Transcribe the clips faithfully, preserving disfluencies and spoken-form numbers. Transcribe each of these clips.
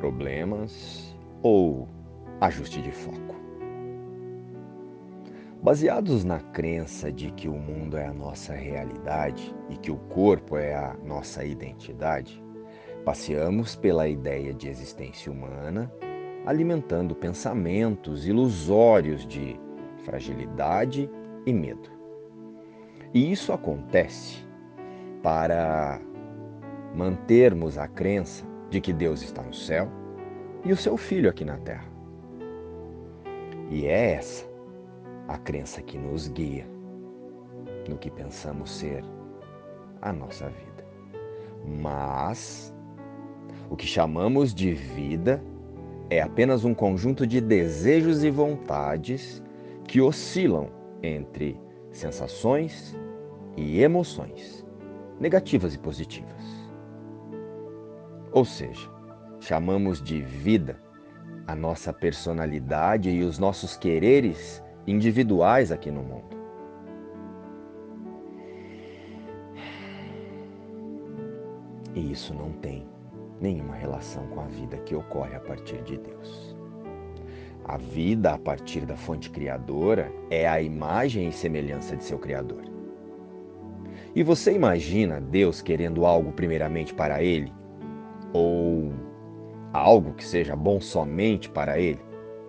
problemas ou ajuste de foco. Baseados na crença de que o mundo é a nossa realidade e que o corpo é a nossa identidade, passeamos pela ideia de existência humana, alimentando pensamentos ilusórios de fragilidade e medo. E isso acontece para mantermos a crença de que Deus está no céu e o seu Filho aqui na terra. E é essa a crença que nos guia no que pensamos ser a nossa vida. Mas o que chamamos de vida é apenas um conjunto de desejos e vontades que oscilam entre sensações e emoções, negativas e positivas. Ou seja, chamamos de vida a nossa personalidade e os nossos quereres individuais aqui no mundo. E isso não tem nenhuma relação com a vida que ocorre a partir de Deus. A vida a partir da fonte criadora é a imagem e semelhança de seu Criador. E você imagina Deus querendo algo primeiramente para Ele? Ou algo que seja bom somente para Ele?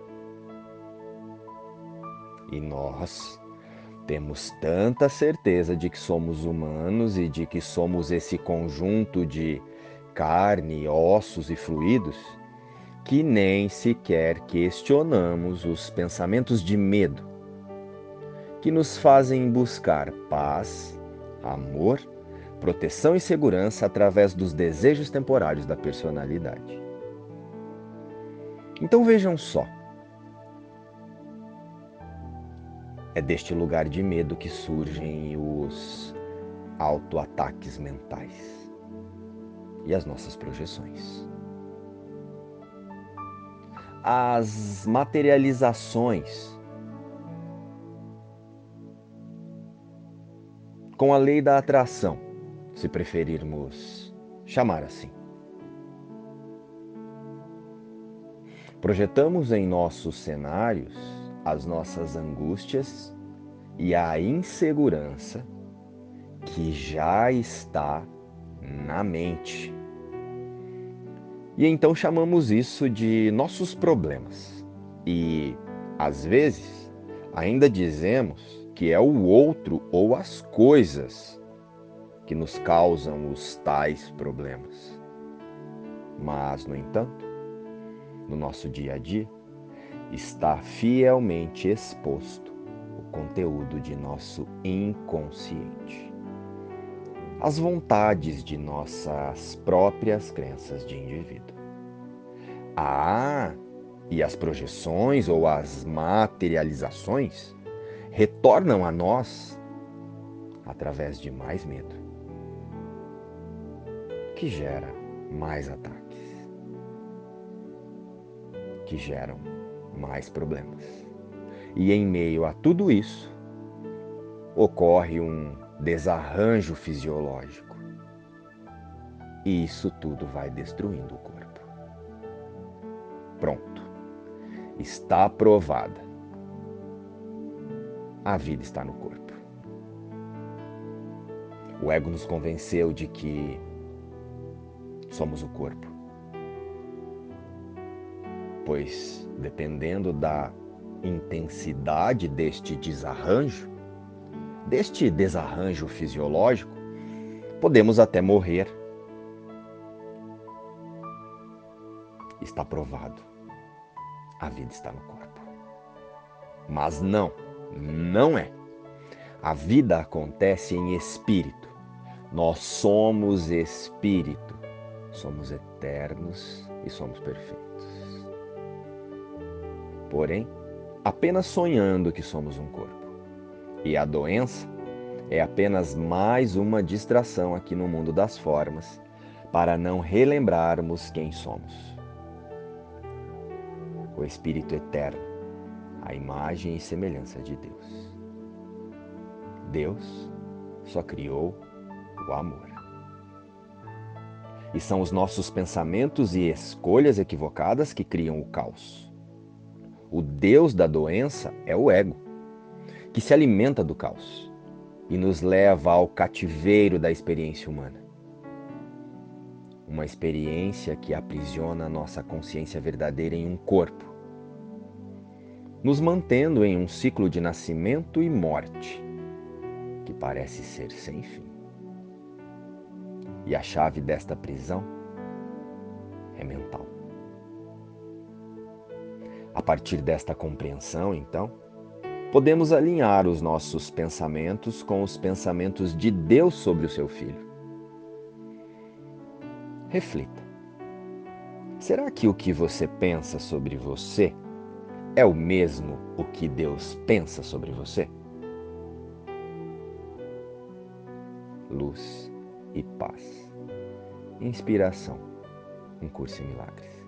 E nós temos tanta certeza de que somos humanos e de que somos esse conjunto de carne, ossos e fluidos, que nem sequer questionamos os pensamentos de medo, que nos fazem buscar paz, amor, proteção e segurança através dos desejos temporários da personalidade. Então vejam só. É deste lugar de medo que surgem os autoataques mentais e as nossas projeções. As materializações com a lei da atração, se preferirmos chamar assim. Projetamos em nossos cenários as nossas angústias e a insegurança que já está na mente. E então chamamos isso de nossos problemas. E, às vezes, ainda dizemos que é o outro ou as coisas que nos causam os tais problemas. Mas, no entanto, no nosso dia a dia, está fielmente exposto o conteúdo de nosso inconsciente, as vontades de nossas próprias crenças de indivíduo. Ah, e as projeções ou as materializações retornam a nós através de mais medo, que gera mais ataques, que geram mais problemas. E em meio a tudo isso, ocorre um desarranjo fisiológico. E isso tudo vai destruindo o corpo. Pronto. Está provada. A vida está no corpo. O ego nos convenceu de que somos o corpo. Pois, dependendo da intensidade deste desarranjo, deste desarranjo fisiológico, podemos até morrer. Está provado. A vida está no corpo. Mas não, não é. A vida acontece em espírito. Nós somos espírito. Somos eternos e somos perfeitos. Porém, apenas sonhando que somos um corpo. E a doença é apenas mais uma distração aqui no mundo das formas para não relembrarmos quem somos. O Espírito Eterno, a imagem e semelhança de Deus. Deus só criou o amor. E E são os nossos pensamentos e escolhas equivocadas que criam o caos. O Deus da doença é o ego, que se alimenta do caos e nos leva ao cativeiro da experiência humana. Uma experiência que aprisiona a nossa consciência verdadeira em um corpo, nos mantendo em um ciclo de nascimento e morte, que parece ser sem fim. E a chave desta prisão é mental. A partir desta compreensão, então, podemos alinhar os nossos pensamentos com os pensamentos de Deus sobre o seu Filho. Reflita. Será que o que você pensa sobre você é o mesmo o que Deus pensa sobre você? Luz e paz. Inspiração. Um curso em milagres.